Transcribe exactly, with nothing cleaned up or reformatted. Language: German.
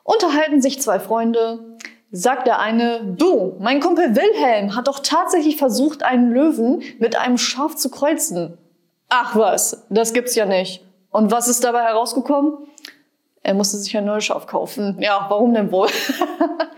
Unterhalten sich zwei Freunde. Sagt der eine: Du, mein Kumpel Wilhelm hat doch tatsächlich versucht, einen Löwen mit einem Schaf zu kreuzen. Ach was, das gibt's ja nicht. Und was ist dabei herausgekommen? Er musste sich ein neues Schaf kaufen. Ja, warum denn wohl?